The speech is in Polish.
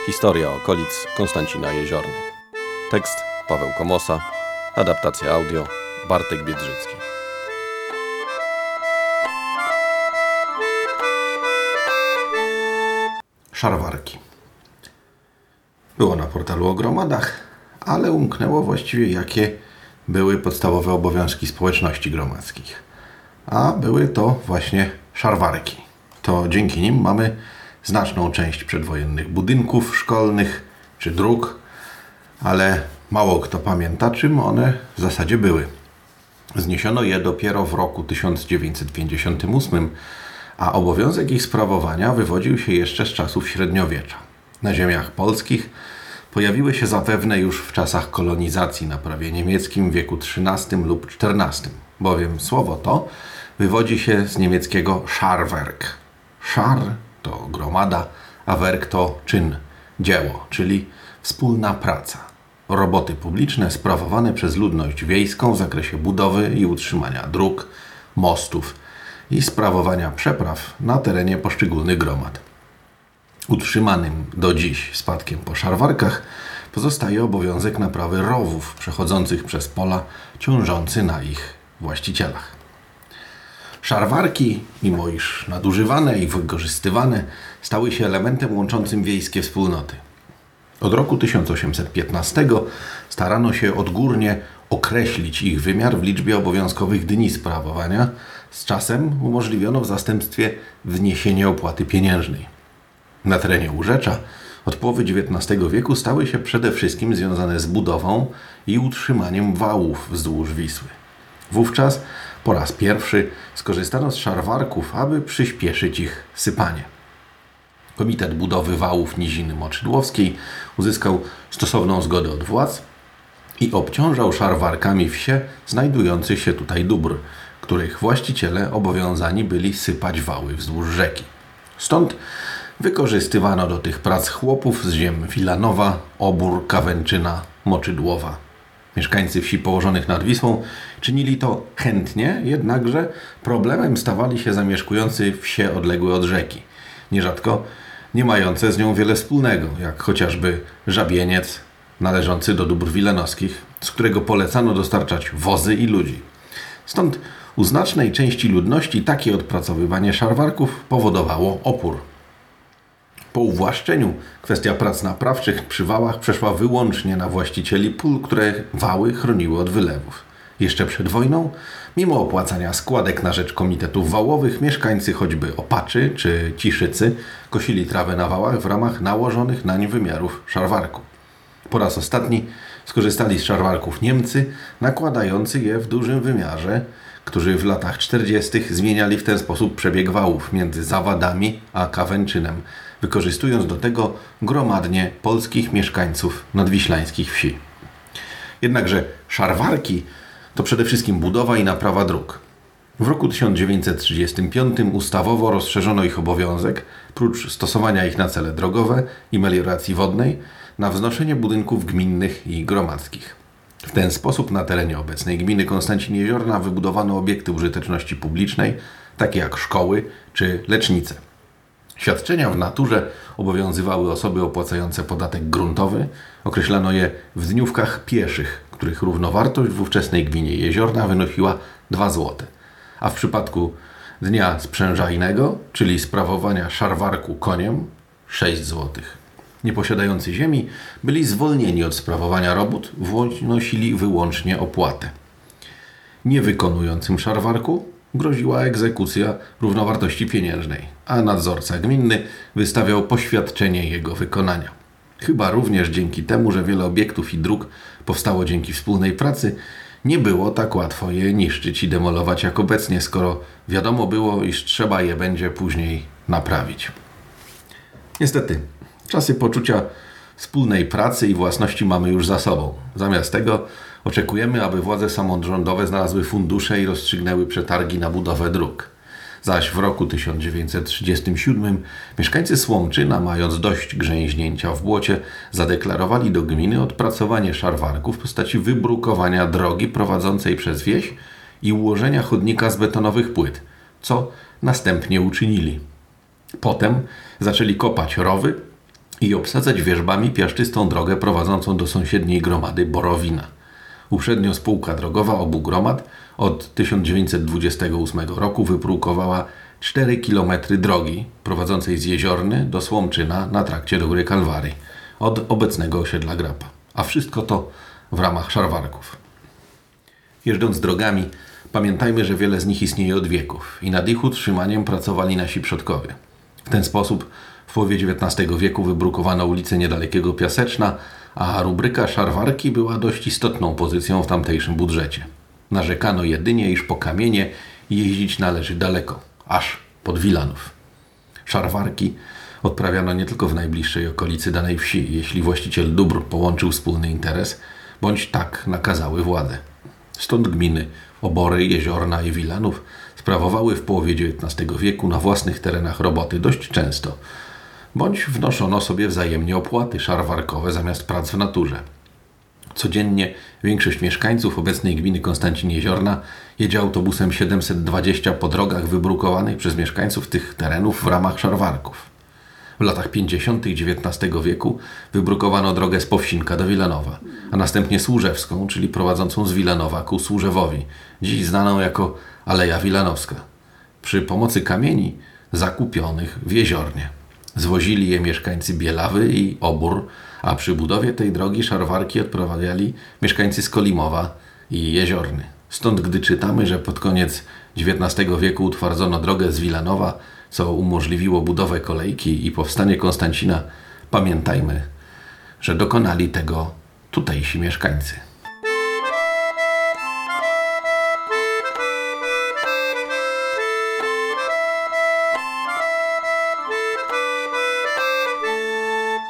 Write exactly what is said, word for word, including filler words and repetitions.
Historia okolic Konstancina Jeziorny. Tekst Paweł Komosa. Adaptacja audio Bartek Biedrzycki. Szarwarki. Było na portalu o gromadach, ale umknęło właściwie, jakie były podstawowe obowiązki społeczności gromadzkich. A były to właśnie szarwarki. To dzięki nim mamy znaczną część przedwojennych budynków szkolnych czy dróg, ale mało kto pamięta, czym one w zasadzie były. Zniesiono je dopiero w roku tysiąc dziewięćset pięćdziesiątym ósmym, a obowiązek ich sprawowania wywodził się jeszcze z czasów średniowiecza. Na ziemiach polskich pojawiły się zapewne już w czasach kolonizacji na prawie niemieckim w wieku trzynastym lub czternastym, bowiem słowo to wywodzi się z niemieckiego Scharwerk. Schar to gromada, a werk to czyn, dzieło, czyli wspólna praca. Roboty publiczne sprawowane przez ludność wiejską w zakresie budowy i utrzymania dróg, mostów i sprawowania przepraw na terenie poszczególnych gromad. Utrzymanym do dziś spadkiem po szarwarkach pozostaje obowiązek naprawy rowów przechodzących przez pola, ciążący na ich właścicielach. Szarwarki, mimo iż nadużywane i wykorzystywane, stały się elementem łączącym wiejskie wspólnoty. Od roku tysiąc osiemset piętnastego starano się odgórnie określić ich wymiar w liczbie obowiązkowych dni sprawowania. Z czasem umożliwiono w zastępstwie wniesienie opłaty pieniężnej. Na terenie Urzecza od połowy dziewiętnastego wieku stały się przede wszystkim związane z budową i utrzymaniem wałów wzdłuż Wisły. Wówczas po raz pierwszy skorzystano z szarwarków, aby przyspieszyć ich sypanie. Komitet Budowy Wałów Niziny Moczydłowskiej uzyskał stosowną zgodę od władz i obciążał szarwarkami wsie znajdujące się tutaj dóbr, których właściciele obowiązani byli sypać wały wzdłuż rzeki. Stąd wykorzystywano do tych prac chłopów z ziem Wilanowa, Obór, Kawęczyna, Moczydłowa. Mieszkańcy wsi położonych nad Wisłą czynili to chętnie, jednakże problemem stawali się zamieszkujący wsie odległe od rzeki, nierzadko nie mające z nią wiele wspólnego, jak chociażby Żabieniec należący do dóbr wilanowskich, z którego polecano dostarczać wozy i ludzi. Stąd u znacznej części ludności takie odpracowywanie szarwarków powodowało opór. Po uwłaszczeniu kwestia prac naprawczych przy wałach przeszła wyłącznie na właścicieli pól, które wały chroniły od wylewów. Jeszcze przed wojną, mimo opłacania składek na rzecz komitetów wałowych, mieszkańcy choćby Opaczy czy Ciszycy kosili trawę na wałach w ramach nałożonych nań wymiarów szarwarku. Po raz ostatni skorzystali z szarwarków Niemcy, nakładający je w dużym wymiarze, którzy w latach czterdziestych zmieniali w ten sposób przebieg wałów między Zawadami a Kawęczynem, wykorzystując do tego gromadnie polskich mieszkańców nadwiślańskich wsi. Jednakże szarwarki to przede wszystkim budowa i naprawa dróg. W roku tysiąc dziewięćset trzydziestym piątym ustawowo rozszerzono ich obowiązek, prócz stosowania ich na cele drogowe i melioracji wodnej, na wznoszenie budynków gminnych i gromadzkich. W ten sposób na terenie obecnej gminy Konstancin Jeziorna wybudowano obiekty użyteczności publicznej, takie jak szkoły czy lecznice. Świadczenia w naturze obowiązywały osoby opłacające podatek gruntowy, określano je w dniówkach pieszych, których równowartość w ówczesnej gminie Jeziorna wynosiła dwa złote, a w przypadku dnia sprzężajnego, czyli sprawowania szarwarku koniem, sześć złotych. Nieposiadający ziemi byli zwolnieni od sprawowania robót, wnosili wyłącznie opłatę. Niewykonującym szarwarku groziła egzekucja równowartości pieniężnej, a nadzorca gminny wystawiał poświadczenie jego wykonania. Chyba również dzięki temu, że wiele obiektów i dróg powstało dzięki wspólnej pracy, nie było tak łatwo je niszczyć i demolować jak obecnie, skoro wiadomo było, iż trzeba je będzie później naprawić. Niestety, czasy poczucia wspólnej pracy i własności mamy już za sobą. Zamiast tego oczekujemy, aby władze samorządowe znalazły fundusze i rozstrzygnęły przetargi na budowę dróg. Zaś w roku tysiąc dziewięćset trzydziestym siódmym mieszkańcy Słomczyna, mając dość grzęźnięcia w błocie, zadeklarowali do gminy odpracowanie szarwarków w postaci wybrukowania drogi prowadzącej przez wieś i ułożenia chodnika z betonowych płyt, co następnie uczynili. Potem zaczęli kopać rowy i obsadzać wierzbami piaszczystą drogę prowadzącą do sąsiedniej gromady Borowina. Uprzednio spółka drogowa obu gromad od tysiąc dziewięćset dwudziestego ósmego roku wypróbowała cztery kilometry drogi prowadzącej z Jeziorny do Słomczyna na trakcie do Góry Kalwary od obecnego osiedla Grapa. A wszystko to w ramach szarwarków. Jeżdżąc drogami, pamiętajmy, że wiele z nich istnieje od wieków i nad ich utrzymaniem pracowali nasi przodkowie. W ten sposób w połowie dziewiętnastego wieku wybrukowano ulicę niedalekiego Piaseczna, a rubryka szarwarki była dość istotną pozycją w tamtejszym budżecie. Narzekano jedynie, iż po kamienie jeździć należy daleko, aż pod Wilanów. Szarwarki odprawiano nie tylko w najbliższej okolicy danej wsi, jeśli właściciel dóbr połączył wspólny interes, bądź tak nakazały władze. Stąd gminy Obory, Jeziorna i Wilanów sprawowały w połowie dziewiętnastego wieku na własnych terenach roboty dość często, bądź wnoszono sobie wzajemnie opłaty szarwarkowe zamiast prac w naturze. Codziennie większość mieszkańców obecnej gminy Konstancin-Jeziorna jedzie autobusem siedemset dwadzieścia po drogach wybrukowanych przez mieszkańców tych terenów w ramach szarwarków. W latach pięćdziesiątych dziewiętnastego wieku wybrukowano drogę z Powsinka do Wilanowa, a następnie Służewską, czyli prowadzącą z Wilanowa ku Służewowi, dziś znaną jako Aleja Wilanowska, przy pomocy kamieni zakupionych w Jeziornie. Zwozili je mieszkańcy Bielawy i Obór, a przy budowie tej drogi szarwarki odprawiali mieszkańcy Skolimowa i Jeziorny. Stąd gdy czytamy, że pod koniec dziewiętnastego wieku utwardzono drogę z Wilanowa, co umożliwiło budowę kolejki i powstanie Konstancina, pamiętajmy, że dokonali tego tutejsi mieszkańcy.